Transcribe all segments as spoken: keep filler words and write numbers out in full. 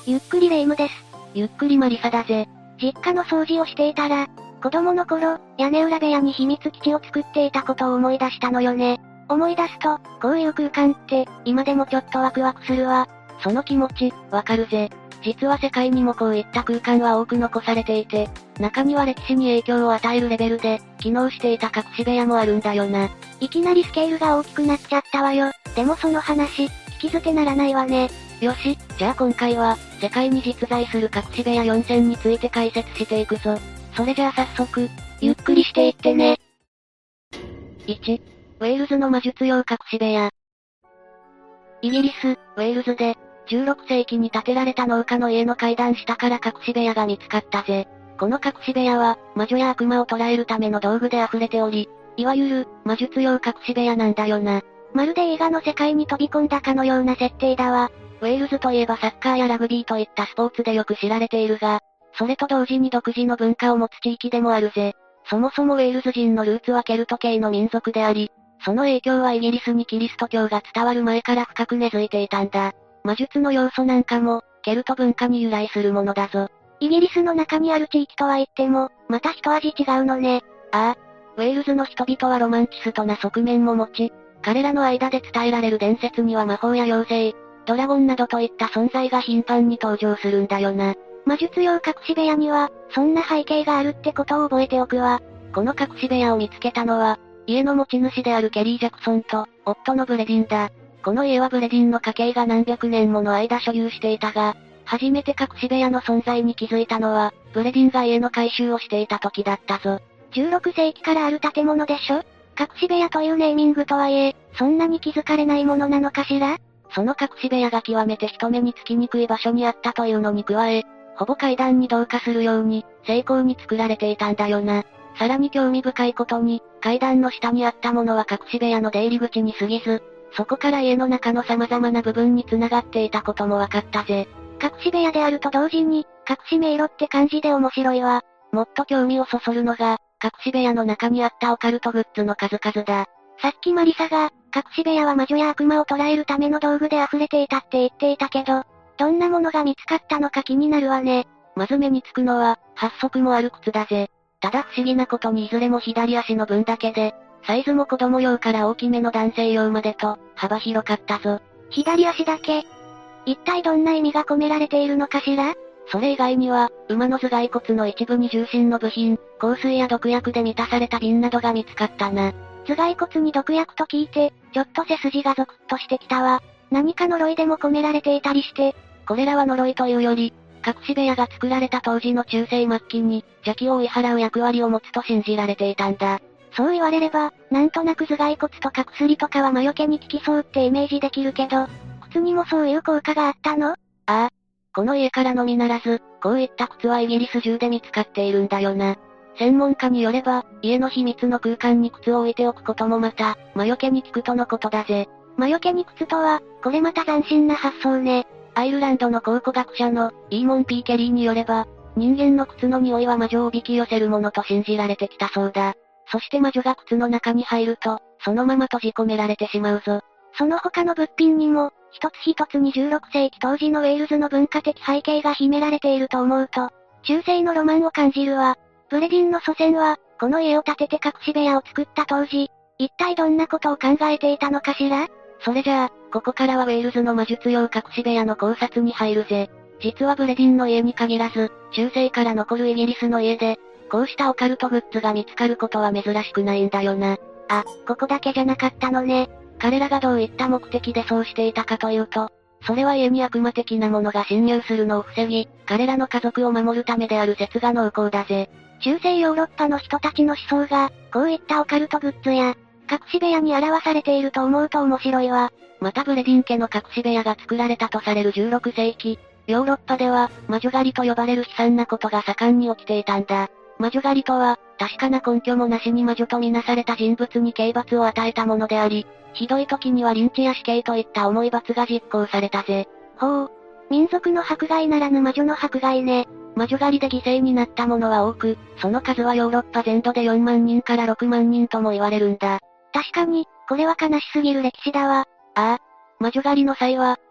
ゆっくりレ夢ムです。 ゆっくりマリサだぜ。 実家の掃除をしていたら、子供の頃、屋根裏部屋に秘密基地を作っていたことを思い出したのよね。思い出すと、こういう空間って、今でもちょっとワクワクするわ。 その気持ち、わかるぜ。実は世界にもこういった空間は多く残されていて、中には歴史に影響を与えるレベルで、機能していた隠し部屋もあるんだよな。 いきなりスケールが大きくなっちゃったわよ。でもその話、聞き捨てならないわね。 よし、じゃあ今回は、世界に実在する隠し部屋よんせんについて解説していくぞ。それじゃあ早速、 ゆっくりしていってね。 いち、ウェールズの魔術用隠し部屋。イギリス、ウェールズで、じゅうろくせいきに建てられた農家の家の階段下から隠し部屋が見つかったぜ。この隠し部屋は、魔女や悪魔を捕らえるための道具で溢れており、いわゆる、魔術用隠し部屋なんだよな。 まるで映画の世界に飛び込んだかのような設定だわ。 ウェールズといえばサッカーやラグビーといったスポーツでよく知られているが、それと同時に独自の文化を持つ地域でもあるぜ。そもそもウェールズ人のルーツはケルト系の民族であり、その影響はイギリスにキリスト教が伝わる前から深く根付いていたんだ。魔術の要素なんかも、ケルト文化に由来するものだぞ。 イギリスの中にある地域とは言っても、また一味違うのね。 ああ、ウェールズの人々はロマンチストな側面も持ち、彼らの間で伝えられる伝説には魔法や妖精、ドラゴンなどといった存在が頻繁に登場するんだよな。 魔術用隠し部屋には、そんな背景があるってことを覚えておくわ。 この隠し部屋を見つけたのは、家の持ち主であるケリー・ジャクソンと、夫のブレディンだ。この家はブレディンの家系が何百年もの間所有していたが、初めて隠し部屋の存在に気づいたのは、ブレディンが家の改修をしていた時だったぞ。 じゅうろくせいきからある建物でしょ？隠し部屋というネーミングとはいえ、そんなに気づかれないものなのかしら？ その隠し部屋が極めて人目につきにくい場所にあったというのに加え、ほぼ階段に同化するように、精巧に作られていたんだよな。さらに興味深いことに、階段の下にあったものは隠し部屋の出入り口に過ぎず、そこから家の中の様々な部分に繋がっていたことも分かったぜ。 隠し部屋であると同時に、隠し迷路って感じで面白いわ。 もっと興味をそそるのが、隠し部屋の中にあったオカルトグッズの数々だ。 さっきマリサが、隠し部屋は魔女や悪魔を捕らえるための道具で溢れていたって言っていたけど、どんなものが見つかったのか気になるわね。 まず目につくのは、はっそくもある靴だぜ。ただ不思議なことにいずれも左足の分だけで、サイズも子供用から大きめの男性用までと、幅広かったぞ。 左足だけ。一体どんな意味が込められているのかしら？ それ以外には、馬の頭蓋骨の一部に重心の部品、香水や毒薬で満たされた瓶などが見つかったな。 頭蓋骨に毒薬と聞いて、ちょっと背筋がゾクッとしてきたわ。何か呪いでも込められていたりして。 これらは呪いというより、隠し部屋が作られた当時の中世末期に、邪気を追い払う役割を持つと信じられていたんだ。 そう言われれば、なんとなく頭蓋骨とか薬とかは魔除けに効きそうってイメージできるけど、靴にもそういう効果があったの？ ああ。この家からのみならず、こういった靴はイギリス中で見つかっているんだよな。専門家によれば、家の秘密の空間に靴を置いておくこともまた、魔除けに効くとのことだぜ。 魔除けに靴とは、これまた斬新な発想ね。 アイルランドの考古学者の、イーモン・ピー・ケリーによれば、人間の靴の匂いは魔女をおびき寄せるものと信じられてきたそうだ。そして魔女が靴の中に入ると、そのまま閉じ込められてしまうぞ。 その他の物品にも、一つ一つにじゅうろくせいき当時のウェールズの文化的背景が秘められていると思うと、中世のロマンを感じるわ。ブレディンの祖先は、この家を建てて隠し部屋を作った当時、一体どんなことを考えていたのかしら？ それじゃあ、ここからはウェールズの魔術用隠し部屋の考察に入るぜ。実はブレディンの家に限らず、中世から残るイギリスの家で、こうしたオカルトグッズが見つかることは珍しくないんだよな。 あ、ここだけじゃなかったのね。 彼らがどういった目的でそうしていたかというと、それは家に悪魔的なものが侵入するのを防ぎ、彼らの家族を守るためである説が濃厚だぜ。 中世ヨーロッパの人たちの思想が、こういったオカルトグッズや、隠し部屋に表されていると思うと面白いわ。 またブレディン家の隠し部屋が作られたとされるじゅうろくせいき、ヨーロッパでは、魔女狩りと呼ばれる悲惨なことが盛んに起きていたんだ。魔女狩りとは、確かな根拠もなしに魔女とみなされた人物に刑罰を与えたものであり、ひどい時にはリンチや死刑といった重い罰が実行されたぜ。 ほう。民族の迫害ならぬ魔女の迫害ね。 魔女狩りで犠牲になった者は多く、その数はヨーロッパ全土でよんまんにんからろくまんにんとも言われるんだ。 確かに、これは悲しすぎる歴史だわ。 ああ。魔女狩りの際は、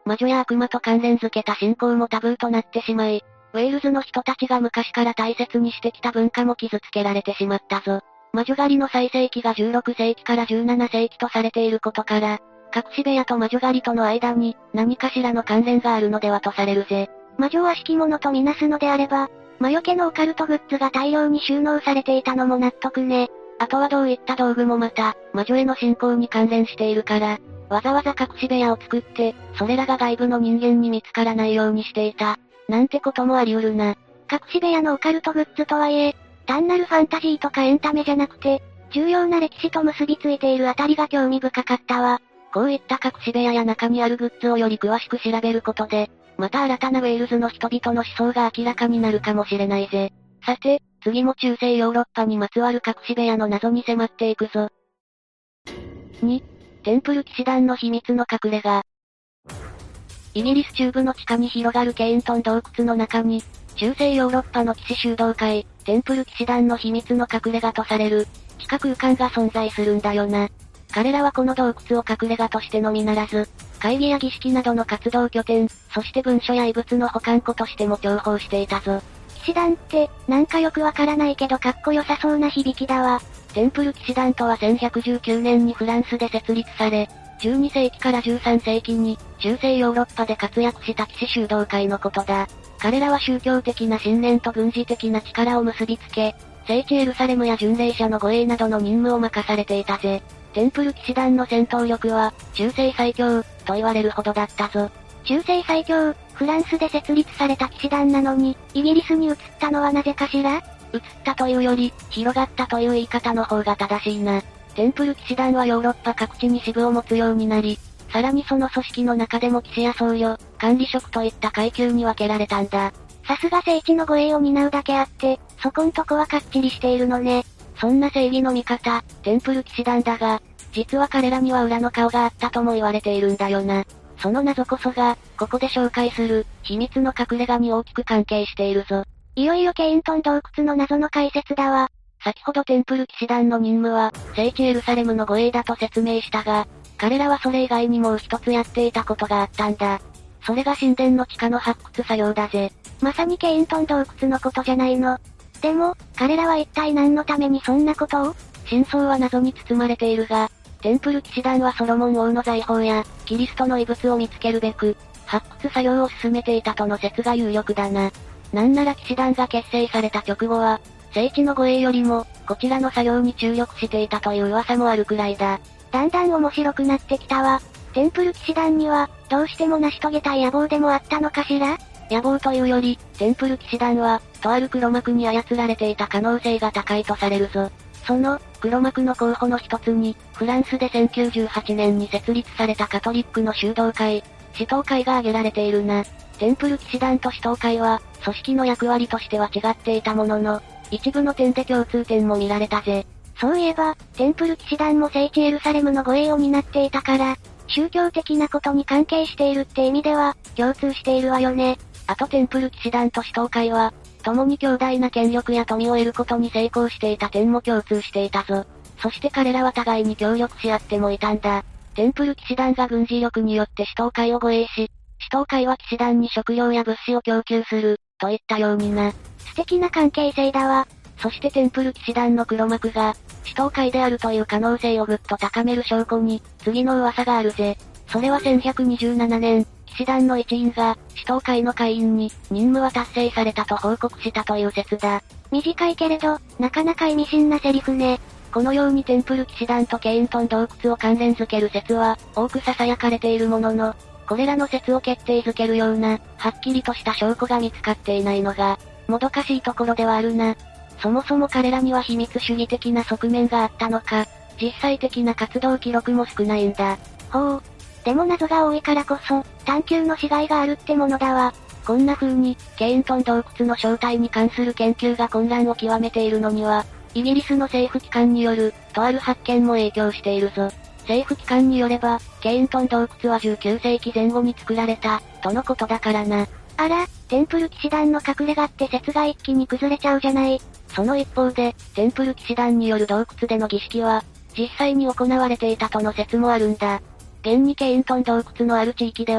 魔女や悪魔と関連づけた信仰もタブーとなってしまい、ウェールズの人たちが昔から大切にしてきた文化も傷つけられてしまったぞ。魔女狩りの最盛期がじゅうろくせいきからじゅうななせいきとされていることから、隠し部屋と魔女狩りとの間に何かしらの関連があるのではとされるぜ。 魔女を悪しきものとみなすのであれば、魔除けのオカルトグッズが大量に収納されていたのも納得ね。 あとはどういった道具もまた、魔女への信仰に関連しているから、わざわざ隠し部屋を作って、それらが外部の人間に見つからないようにしていた。なんてこともあり得るな。 隠し部屋のオカルトグッズとはいえ、単なるファンタジーとかエンタメじゃなくて、重要な歴史と結びついているあたりが興味深かったわ。 こういった隠し部屋や中にあるグッズをより詳しく調べることで、また新たなウェールズの人々の思想が明らかになるかもしれないぜ。さて、次も中世ヨーロッパにまつわる隠し部屋の謎に迫っていくぞ。に、テンプル騎士団の秘密の隠れ家。イギリス中部の地下に広がるケイントン洞窟の中に、中世ヨーロッパの騎士修道会、テンプル騎士団の秘密の隠れ家とされる、地下空間が存在するんだよな。彼らはこの洞窟を隠れ家としてのみならず、会議や儀式などの活動拠点、そして文書や遺物の保管庫としても重宝していたぞ。 騎士団って、なんかよくわからないけどかっこよさそうな響きだわ。 テンプル騎士団とはせんひゃくじゅうきゅうねんにフランスで設立され、じゅうにせいきからじゅうさんせいきに、中世ヨーロッパで活躍した騎士修道会のことだ。彼らは宗教的な信念と軍事的な力を結びつけ、聖地エルサレムや巡礼者の護衛などの任務を任されていたぜ。テンプル騎士団の戦闘力は、中世最強、と言われるほどだったぞ。 中世最強、フランスで設立された騎士団なのに、イギリスに移ったのはなぜかしら？ 移ったというより、広がったという言い方の方が正しいな。テンプル騎士団はヨーロッパ各地に支部を持つようになり、さらにその組織の中でも騎士や僧侶、管理職といった階級に分けられたんだ。 さすが聖地の護衛を担うだけあって、そこんとこはかっちりしているのね。 そんな正義の味方、テンプル騎士団だが、実は彼らには裏の顔があったとも言われているんだよな。その謎こそが、ここで紹介する、秘密の隠れ家に大きく関係しているぞ。 いよいよケイントン洞窟の謎の解説だわ。 先ほどテンプル騎士団の任務は、聖地エルサレムの護衛だと説明したが、彼らはそれ以外にもう一つやっていたことがあったんだ。それが神殿の地下の発掘作業だぜ。 まさにケイントン洞窟のことじゃないの。でも、彼らは一体何のためにそんなことを？ 真相は謎に包まれているが、テンプル騎士団はソロモン王の財宝や、キリストの遺物を見つけるべく、発掘作業を進めていたとの説が有力だな。なんなら騎士団が結成された直後は、聖地の護衛よりも、こちらの作業に注力していたという噂もあるくらいだ。 だんだん面白くなってきたわ。テンプル騎士団には、どうしても成し遂げたい野望でもあったのかしら？ 野望というより、テンプル騎士団は、とある黒幕に操られていた可能性が高いとされるぞ。その、黒幕の候補の一つに、フランスでせんきゅうじゅうはちねんに設立されたカトリックの修道会、使徒会が挙げられているな。テンプル騎士団と使徒会は、組織の役割としては違っていたものの、一部の点で共通点も見られたぜ。 そういえば、テンプル騎士団も聖地エルサレムの護衛を担っていたから、宗教的なことに関係しているって意味では、共通しているわよね。 あとテンプル騎士団と使徒会は、共に強大な権力や富を得ることに成功していた点も共通していたぞ。そして彼らは互いに協力し合ってもいたんだ。テンプル騎士団が軍事力によって使徒会を護衛し、使徒会は騎士団に食料や物資を供給する、といったようにな。 素敵な関係性だわ。 そしてテンプル騎士団の黒幕が、使徒会であるという可能性をぐっと高める証拠に、次の噂があるぜ。それはせんひゃくにじゅうななねん、騎士団の一員が、使徒会の会員に、任務は達成されたと報告したという説だ。 短いけれど、なかなか意味深なセリフね。 このようにテンプル騎士団とケイントン洞窟を関連づける説は、多く囁かれているものの、これらの説を決定づけるような、はっきりとした証拠が見つかっていないのが、もどかしいところではあるな。そもそも彼らには秘密主義的な側面があったのか、実際的な活動記録も少ないんだ。 ほう。でも謎が多いからこそ、探求のしがいがあるってものだわ。 こんな風に、ケイントン洞窟の正体に関する研究が混乱を極めているのには、イギリスの政府機関による、とある発見も影響しているぞ。政府機関によれば、ケイントン洞窟はじゅうきゅうせいきぜん後に作られた、とのことだからな。 あら、テンプル騎士団の隠れ家って説が一気に崩れちゃうじゃない。 その一方で、テンプル騎士団による洞窟での儀式は、実際に行われていたとの説もあるんだ。現にケイントン洞窟のある地域では、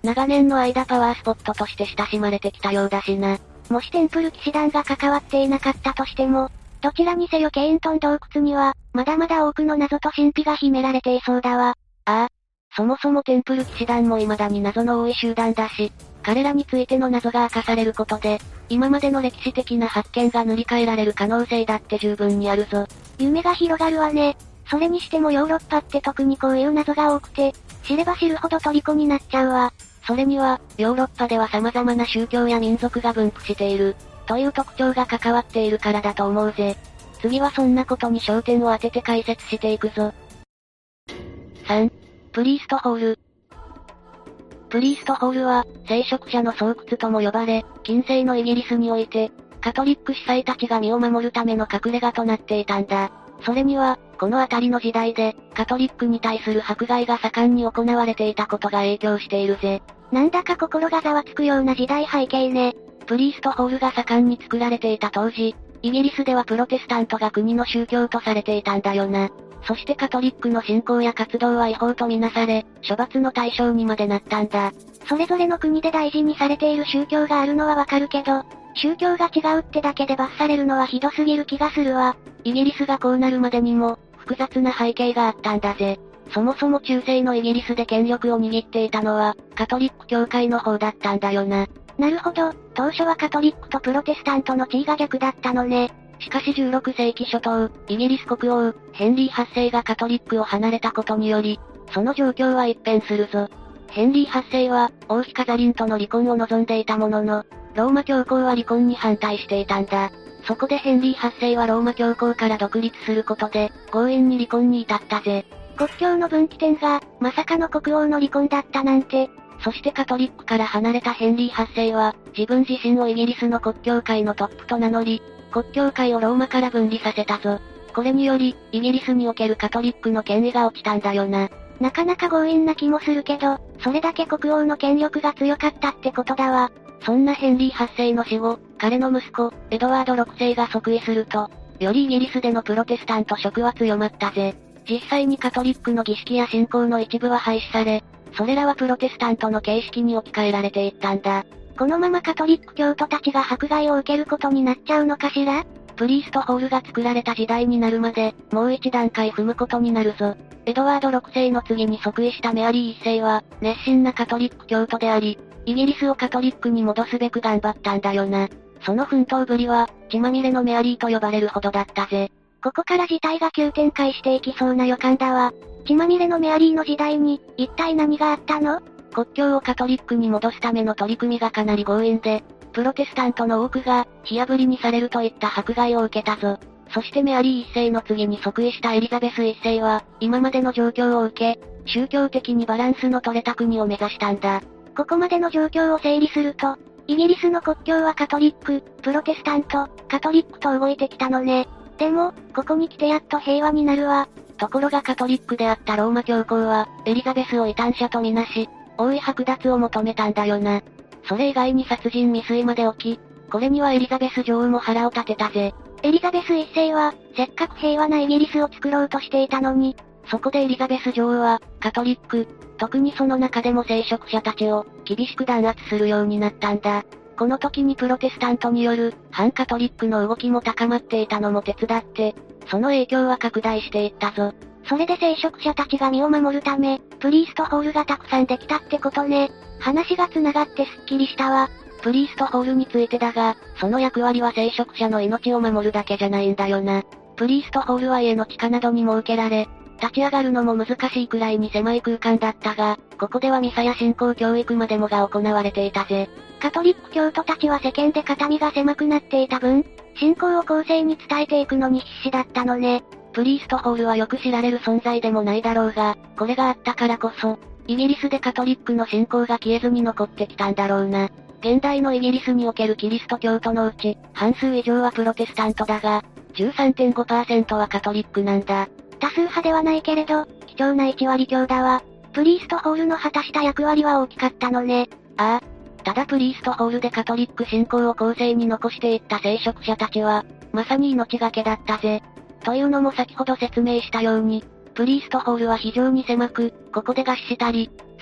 長年の間パワースポットとして親しまれてきたようだしな。 もしテンプル騎士団が関わっていなかったとしても、どちらにせよケイントン洞窟には、まだまだ多くの謎と神秘が秘められていそうだわ。 ああ。そもそもテンプル騎士団も未だに謎の多い集団だし、彼らについての謎が明かされることで、今までの歴史的な発見が塗り替えられる可能性だって十分にあるぞ。 夢が広がるわね。それにしてもヨーロッパって特にこういう謎が多くて、知れば知るほど虜になっちゃうわ。 それには、ヨーロッパでは様々な宗教や民族が分布している、という特徴が関わっているからだと思うぜ。次はそんなことに焦点を当てて解説していくぞ。さん. プリーストホール。プリーストホールは、聖職者の巣窟とも呼ばれ、近世のイギリスにおいて、カトリック司祭たちが身を守るための隠れ家となっていたんだ。それには、この辺りの時代で、カトリックに対する迫害が盛んに行われていたことが影響しているぜ。 なんだか心がざわつくような時代背景ね。 プリーストホールが盛んに作られていた当時、イギリスではプロテスタントが国の宗教とされていたんだよな。そしてカトリックの信仰や活動は違法とみなされ、処罰の対象にまでなったんだ。 それぞれの国で大事にされている宗教があるのはわかるけど、宗教が違うってだけで罰されるのはひどすぎる気がするわ。 イギリスがこうなるまでにも、複雑な背景があったんだぜ。そもそも中世のイギリスで権力を握っていたのは、カトリック教会の方だったんだよな。 なるほど、当初はカトリックとプロテスタントの地位が逆だったのね。 しかしじゅうろくせいき初頭、イギリス国王、ヘンリーはっせいがカトリックを離れたことにより、その状況は一変するぞ。ヘンリーはっせいは、王妃カザリンとの離婚を望んでいたものの、ローマ教皇は離婚に反対していたんだ。そこでヘンリーはっせいはローマ教皇から独立することで、強引に離婚に至ったぜ。 国境の分岐点が、まさかの国王の離婚だったなんて。 そしてカトリックから離れたヘンリーはっせいは、自分自身をイギリスの国教会のトップと名乗り、国教会をローマから分離させたぞ。これにより、イギリスにおけるカトリックの権威が落ちたんだよな。 なかなか強引な気もするけど、それだけ国王の権力が強かったってことだわ。 そんなヘンリーはっせいの死後、彼の息子、エドワードろくせいが即位すると、よりイギリスでのプロテスタント色は強まったぜ。実際にカトリックの儀式や信仰の一部は廃止され、それらはプロテスタントの形式に置き換えられていったんだ。 このままカトリック教徒たちが迫害を受けることになっちゃうのかしら？ プリーストホールが作られた時代になるまで、もう一段階踏むことになるぞ。エドワードろくせいの次に即位したメアリーいっせいは、熱心なカトリック教徒であり、イギリスをカトリックに戻すべく頑張ったんだよな。その奮闘ぶりは、血まみれのメアリーと呼ばれるほどだったぜ。 ここから事態が急展開していきそうな予感だわ。血まみれのメアリーの時代に、一体何があったの？ 国教をカトリックに戻すための取り組みがかなり強引で、プロテスタントの多くが、火炙りにされるといった迫害を受けたぞ。そしてメアリーいっせいの次に即位したエリザベスいっせいは、今までの状況を受け、宗教的にバランスの取れた国を目指したんだ。 ここまでの状況を整理すると、イギリスの国教はカトリック、プロテスタント、カトリックと動いてきたのね。でも、ここに来てやっと平和になるわ。 ところがカトリックであったローマ教皇は、エリザベスを異端者とみなし、王位剥奪を求めたんだよな。それ以外に殺人未遂まで起き、これにはエリザベス女王も腹を立てたぜ。 エリザベスいっせいは、せっかく平和なイギリスを作ろうとしていたのに、 そこでエリザベス女王は、カトリック、特にその中でも聖職者たちを、厳しく弾圧するようになったんだ。この時にプロテスタントによる、反カトリックの動きも高まっていたのも手伝って、その影響は拡大していったぞ。 それで聖職者たちが身を守るため、プリーストホールがたくさんできたってことね。話が繋がってすっきりしたわ。 プリーストホールについてだが、その役割は聖職者の命を守るだけじゃないんだよな。プリーストホールは家の地下などに設けられ、立ち上がるのも難しいくらいに狭い空間だったが、ここではミサや信仰教育までもが行われていたぜ。 カトリック教徒たちは世間で肩身が狭くなっていた分、信仰を後世に伝えていくのに必死だったのね。 プリーストホールはよく知られる存在でもないだろうが、これがあったからこそ、イギリスでカトリックの信仰が消えずに残ってきたんだろうな。現代のイギリスにおけるキリスト教徒のうち、半数以上はプロテスタントだが、じゅうさんてんごパーセント はカトリックなんだ。 多数派ではないけれど、貴重ないちわり強だわ。プリーストホールの果たした役割は大きかったのね。 ああ。ただプリーストホールでカトリック信仰を後世に残していった聖職者たちは、まさに命がけだったぜ。というのも先ほど説明したように、プリーストホールは非常に狭く、ここで餓死したり、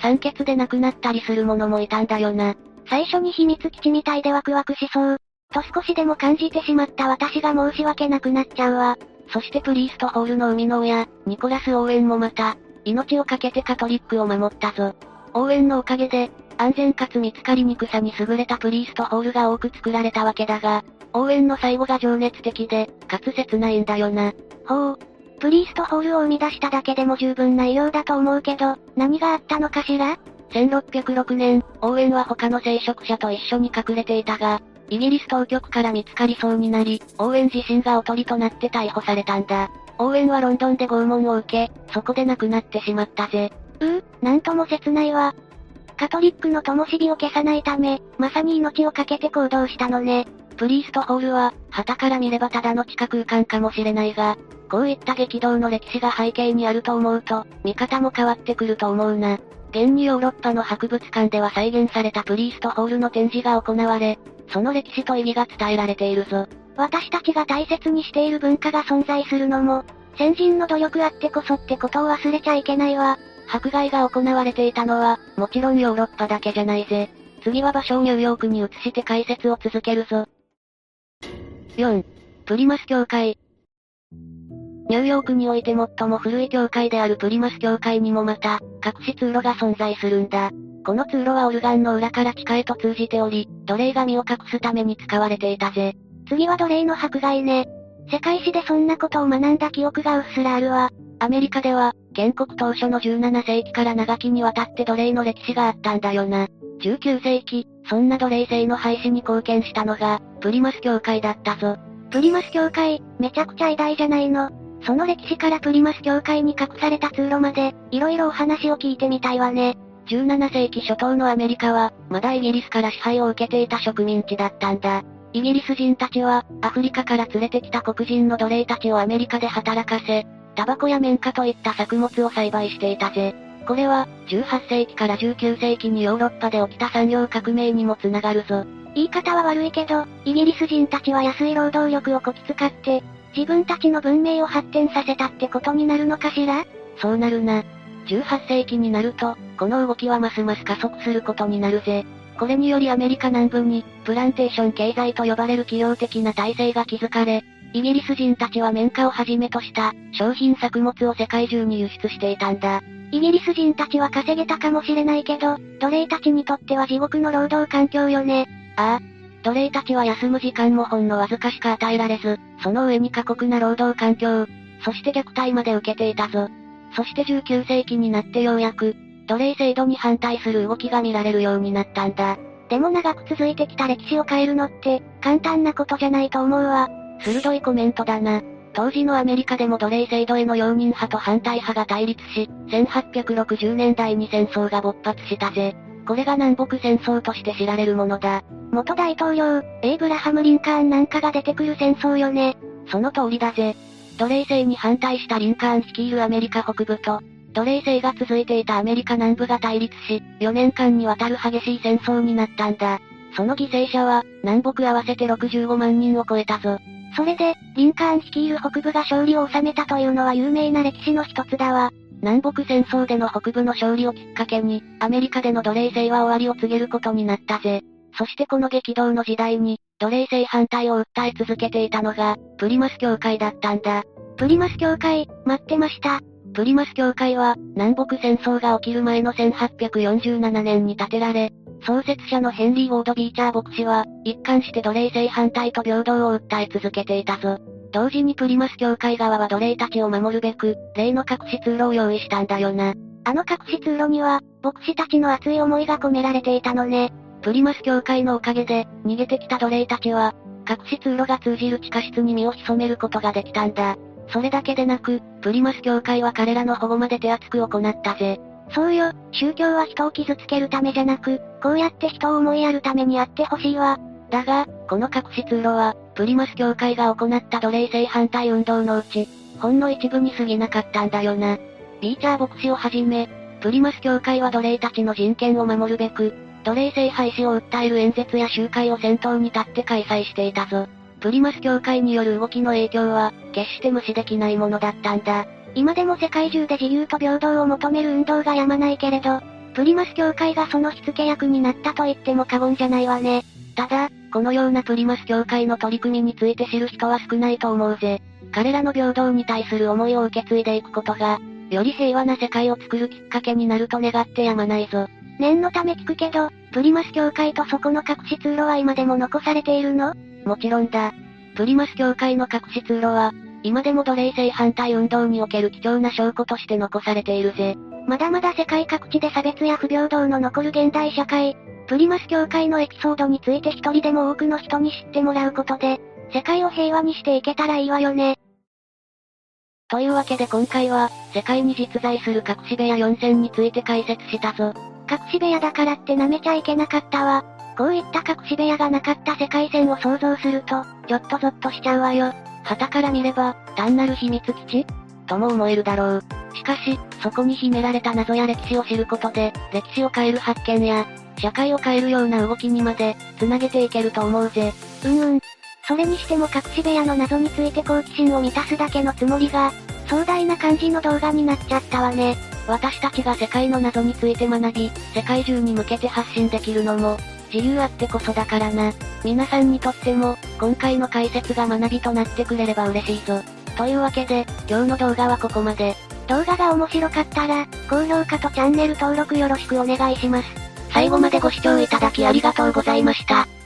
酸欠で亡くなったりする者もいたんだよな。 最初に秘密基地みたいでワクワクしそう。と少しでも感じてしまった私が申し訳なくなっちゃうわ。 そしてプリーストホールの生みの親、ニコラス・オーウェンもまた、命を懸けてカトリックを守ったぞ。オーウェンのおかげで、安全かつ見つかりにくさに優れたプリーストホールが多く作られたわけだが、オーウェンの最後が情熱的で、かつ切ないんだよな。 ほう。プリーストホールを生み出しただけでも十分な医療だと思うけど、何があったのかしら？ せんろっぴゃくろくねん、オーウェンは他の聖職者と一緒に隠れていたが、イギリス当局から見つかりそうになり、オーウェン自身がおとりとなって逮捕されたんだ。オーウェンはロンドンで拷問を受け、そこで亡くなってしまったぜ。 うー、なんとも切ないわ。カトリックの灯火を消さないため、まさに命を懸けて行動したのね。 プリーストホールは、旗から見ればただの地下空間かもしれないが、こういった激動の歴史が背景にあると思うと、見方も変わってくると思うな。現にヨーロッパの博物館では再現されたプリーストホールの展示が行われ、その歴史と意義が伝えられているぞ。 私たちが大切にしている文化が存在するのも、先人の努力あってこそってことを忘れちゃいけないわ。 迫害が行われていたのは、もちろんヨーロッパだけじゃないぜ。次は場所をニューヨークに移して解説を続けるぞ。よん. プリマス教会。ニューヨークにおいて最も古い教会であるプリマス教会にもまた、隠し通路が存在するんだ。この通路はオルガンの裏から地下へと通じており、奴隷が身を隠すために使われていたぜ。 次は奴隷の迫害ね。世界史でそんなことを学んだ記憶がうっすらあるわ。 アメリカでは、建国当初のじゅうななせいきから長きにわたって奴隷の歴史があったんだよな。じゅうきゅうせいき、そんな奴隷制の廃止に貢献したのが、プリマス教会だったぞ。 プリマス教会、めちゃくちゃ偉大じゃないの。その歴史からプリマス教会に隠された通路まで、いろいろお話を聞いてみたいわね。 じゅうななせいき初頭のアメリカは、まだイギリスから支配を受けていた植民地だったんだ。イギリス人たちは、アフリカから連れてきた黒人の奴隷たちをアメリカで働かせ、タバコや綿花といった作物を栽培していたぜ。これは、じゅうはっせいきからじゅうきゅうせいきにヨーロッパで起きた産業革命にもつながるぞ。 言い方は悪いけど、イギリス人たちは安い労働力をこき使って、自分たちの文明を発展させたってことになるのかしら？ そうなるな。じゅうはっせいきになると、この動きはますます加速することになるぜ。これによりアメリカ南部に、プランテーション経済と呼ばれる企業的な体制が築かれ、イギリス人たちは綿花をはじめとした、商品作物を世界中に輸出していたんだ。 イギリス人たちは稼げたかもしれないけど、奴隷たちにとっては地獄の労働環境よね。 ああ。奴隷たちは休む時間もほんのわずかしか与えられず、その上に過酷な労働環境、そして虐待まで受けていたぞ。そしてじゅうきゅうせいきになってようやく、奴隷制度に反対する動きが見られるようになったんだ。 でも長く続いてきた歴史を変えるのって、簡単なことじゃないと思うわ。 鋭いコメントだな。当時のアメリカでも奴隷制度への容認派と反対派が対立し、せんはっぴゃくろくじゅうねんだいに戦争が勃発したぜ。これが南北戦争として知られるものだ。 元大統領、エイブラハム・リンカーンなんかが出てくる戦争よね。 その通りだぜ。奴隷制に反対したリンカーン率いるアメリカ北部と、奴隷制が続いていたアメリカ南部が対立し、よねんかんにわたる激しい戦争になったんだ。その犠牲者は、南北合わせてろくじゅうごまんにんを超えたぞ。 それで、リンカーン率いる北部が勝利を収めたというのは有名な歴史の一つだわ。 南北戦争での北部の勝利をきっかけに、アメリカでの奴隷制は終わりを告げることになったぜ。そしてこの激動の時代に、奴隷制反対を訴え続けていたのが、プリマス教会だったんだ。 プリマス教会、待ってました。 プリマス教会は、南北戦争が起きる前のせんはっぴゃくよんじゅうななねんに建てられ、創設者のヘンリー・ウォード・ビーチャー牧師は、一貫して奴隷制反対と平等を訴え続けていたぞ。同時にプリマス教会側は奴隷たちを守るべく、例の隠し通路を用意したんだよな。 あの隠し通路には、牧師たちの熱い思いが込められていたのね。 プリマス教会のおかげで、逃げてきた奴隷たちは、隠し通路が通じる地下室に身を潜めることができたんだ。それだけでなく、プリマス教会は彼らの保護まで手厚く行ったぜ。 そうよ、宗教は人を傷つけるためじゃなく、こうやって人を思いやるためにやってほしいわ。 だが、この隠し通路は、プリマス教会が行った奴隷制反対運動のうち、ほんの一部に過ぎなかったんだよな。ビーチャー牧師をはじめ、プリマス教会は奴隷たちの人権を守るべく、奴隷制廃止を訴える演説や集会を先頭に立って開催していたぞ。プリマス教会による動きの影響は、決して無視できないものだったんだ。 今でも世界中で自由と平等を求める運動がやまないけれど、 プリマス協会がその火付け役になったと言っても過言じゃないわね。 ただ、このようなプリマス協会の取り組みについて知る人は少ないと思うぜ。彼らの平等に対する思いを受け継いでいくことが、より平和な世界を作るきっかけになると願ってやまないぞ。 念のため聞くけど、プリマス協会とそこの隠し通路は今でも残されているの？ もちろんだ。プリマス協会の隠し通路は、今でも奴隷制反対運動における貴重な証拠として残されているぜ。 まだまだ世界各地で差別や不平等の残る現代社会、プリマス協会のエピソードについて一人でも多くの人に知ってもらうことで、世界を平和にしていけたらいいわよね。 というわけで今回は、世界に実在する隠し部屋よんせんについて解説したぞ。 隠し部屋だからって舐めちゃいけなかったわ。こういった隠し部屋がなかった世界線を想像すると、ちょっとゾッとしちゃうわよ。 旗から見れば、単なる秘密基地とも思えるだろう。しかし、そこに秘められた謎や歴史を知ることで、歴史を変える発見や、社会を変えるような動きにまで、繋げていけると思うぜ。 うんうん。それにしても隠し部屋の謎について好奇心を満たすだけのつもりが、壮大な感じの動画になっちゃったわね。 私たちが世界の謎について学び、世界中に向けて発信できるのも、自由あってこそだからな。皆さんにとっても、今回の解説が学びとなってくれれば嬉しいぞ。というわけで、今日の動画はここまで。 動画が面白かったら、高評価とチャンネル登録よろしくお願いします。 最後までご視聴いただきありがとうございました。